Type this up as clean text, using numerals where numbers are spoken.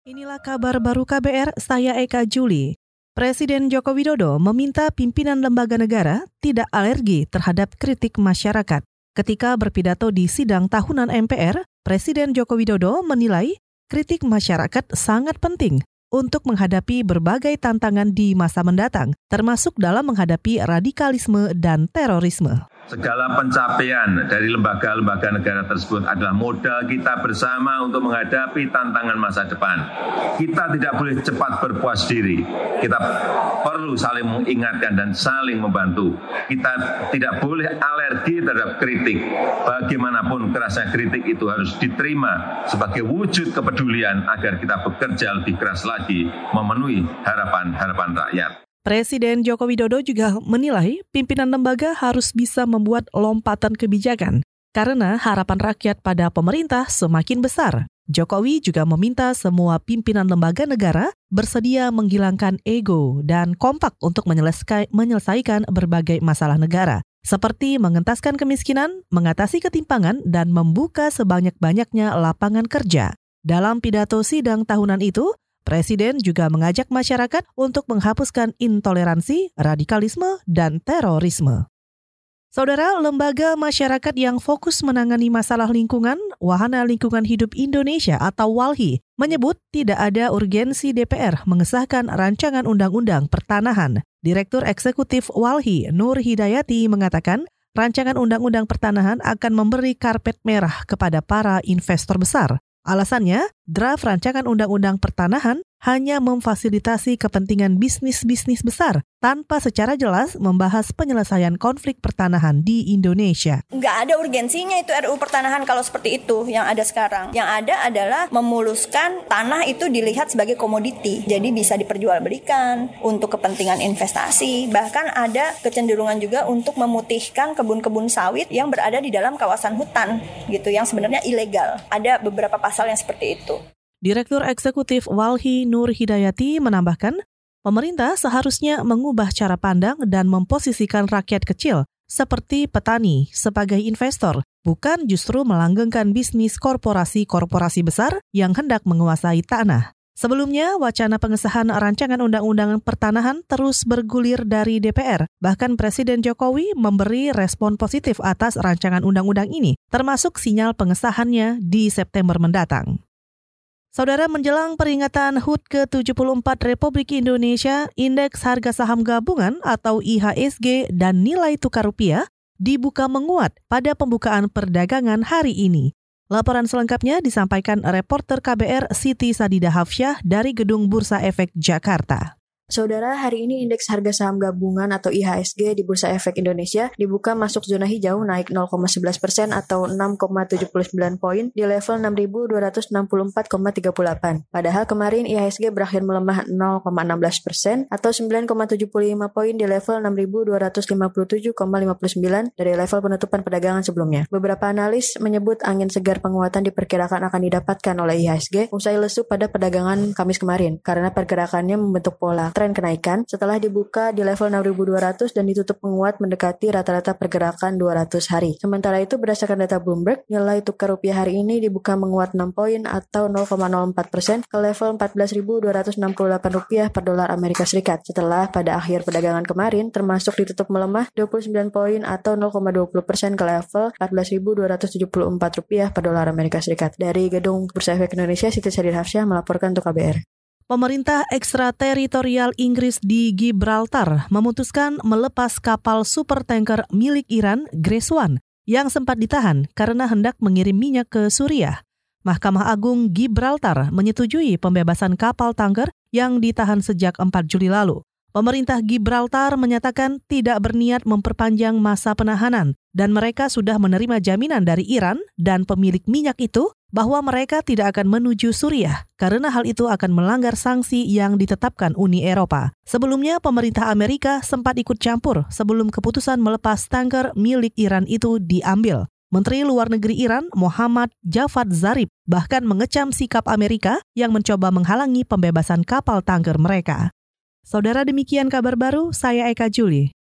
Inilah kabar baru KBR, saya Eka Juli. Presiden Joko Widodo meminta pimpinan lembaga negara tidak alergi terhadap kritik masyarakat. Ketika berpidato di sidang tahunan MPR, Presiden Joko Widodo menilai kritik masyarakat sangat penting untuk menghadapi berbagai tantangan di masa mendatang, termasuk dalam menghadapi radikalisme dan terorisme. Segala pencapaian dari lembaga-lembaga negara tersebut adalah modal kita bersama untuk menghadapi tantangan masa depan. Kita tidak boleh cepat berpuas diri. Kita perlu saling mengingatkan dan saling membantu. Kita tidak boleh alergi terhadap kritik. Bagaimanapun kerasnya kritik itu harus diterima sebagai wujud kepedulian agar kita bekerja lebih keras lagi memenuhi harapan-harapan rakyat. Presiden Joko Widodo juga menilai pimpinan lembaga harus bisa membuat lompatan kebijakan karena harapan rakyat pada pemerintah semakin besar. Jokowi juga meminta semua pimpinan lembaga negara bersedia menghilangkan ego dan kompak untuk menyelesaikan berbagai masalah negara, seperti mengentaskan kemiskinan, mengatasi ketimpangan, dan membuka sebanyak-banyaknya lapangan kerja. Dalam pidato sidang tahunan itu, Presiden juga mengajak masyarakat untuk menghapuskan intoleransi, radikalisme, dan terorisme. Saudara, lembaga masyarakat yang fokus menangani masalah lingkungan, Wahana Lingkungan Hidup Indonesia atau WALHI, menyebut tidak ada urgensi DPR mengesahkan rancangan undang-undang pertanahan. Direktur Eksekutif WALHI, Nur Hidayati, mengatakan rancangan undang-undang pertanahan akan memberi karpet merah kepada para investor besar. Alasannya, draft rancangan undang-undang pertanahan hanya memfasilitasi kepentingan bisnis-bisnis besar tanpa secara jelas membahas penyelesaian konflik pertanahan di Indonesia. Nggak ada urgensinya itu RUU pertanahan kalau seperti itu yang ada sekarang. Yang ada adalah memuluskan tanah itu dilihat sebagai komoditi. Jadi bisa diperjualbelikan untuk kepentingan investasi. Bahkan ada kecenderungan juga untuk memutihkan kebun-kebun sawit yang berada di dalam kawasan hutan gitu, yang sebenarnya ilegal. Ada beberapa pasal yang seperti itu. Direktur Eksekutif WALHI Nur Hidayati menambahkan, pemerintah seharusnya mengubah cara pandang dan memposisikan rakyat kecil seperti petani sebagai investor, bukan justru melanggengkan bisnis korporasi-korporasi besar yang hendak menguasai tanah. Sebelumnya, wacana pengesahan rancangan undang-undang pertanahan terus bergulir dari DPR. Bahkan Presiden Jokowi memberi respon positif atas rancangan undang-undang ini, termasuk sinyal pengesahannya di September mendatang. Saudara, menjelang peringatan HUT ke-74 Republik Indonesia, Indeks Harga Saham Gabungan atau IHSG dan nilai tukar rupiah dibuka menguat pada pembukaan perdagangan hari ini. Laporan selengkapnya disampaikan reporter KBR Siti Sadidah Hafsyah dari Gedung Bursa Efek Jakarta. Saudara, hari ini indeks harga saham gabungan atau IHSG di Bursa Efek Indonesia dibuka masuk zona hijau naik 0,11% atau 6,79 poin di level 6.264,38. Padahal kemarin IHSG berakhir melemah 0,16% atau 9,75 poin di level 6.257,59 dari level penutupan perdagangan sebelumnya. Beberapa analis menyebut angin segar penguatan diperkirakan akan didapatkan oleh IHSG usai lesu pada perdagangan Kamis kemarin karena pergerakannya membentuk pola tren kenaikan setelah dibuka di level 6.200 dan ditutup menguat mendekati rata-rata pergerakan 200 hari. Sementara itu berdasarkan data Bloomberg, nilai tukar rupiah hari ini dibuka menguat 6 poin atau 0,04% ke level 14.268 rupiah per dolar Amerika Serikat setelah pada akhir perdagangan kemarin termasuk ditutup melemah 29 poin atau 0,20% ke level 14.274 rupiah per dolar Amerika Serikat. Dari Gedung Bursa Efek Indonesia, Siti Sadidah Hafsyah melaporkan untuk KBR. Pemerintah ekstrateritorial Inggris di Gibraltar memutuskan melepas kapal supertanker milik Iran, Grace One, yang sempat ditahan karena hendak mengirim minyak ke Suriah. Mahkamah Agung Gibraltar menyetujui pembebasan kapal tanker yang ditahan sejak 4 Juli lalu. Pemerintah Gibraltar menyatakan tidak berniat memperpanjang masa penahanan dan mereka sudah menerima jaminan dari Iran dan pemilik minyak itu bahwa mereka tidak akan menuju Suriah karena hal itu akan melanggar sanksi yang ditetapkan Uni Eropa. Sebelumnya, pemerintah Amerika sempat ikut campur sebelum keputusan melepas tanker milik Iran itu diambil. Menteri Luar Negeri Iran, Muhammad Javad Zarif, bahkan mengecam sikap Amerika yang mencoba menghalangi pembebasan kapal tanker mereka. Saudara, demikian kabar baru, saya Eka Juli.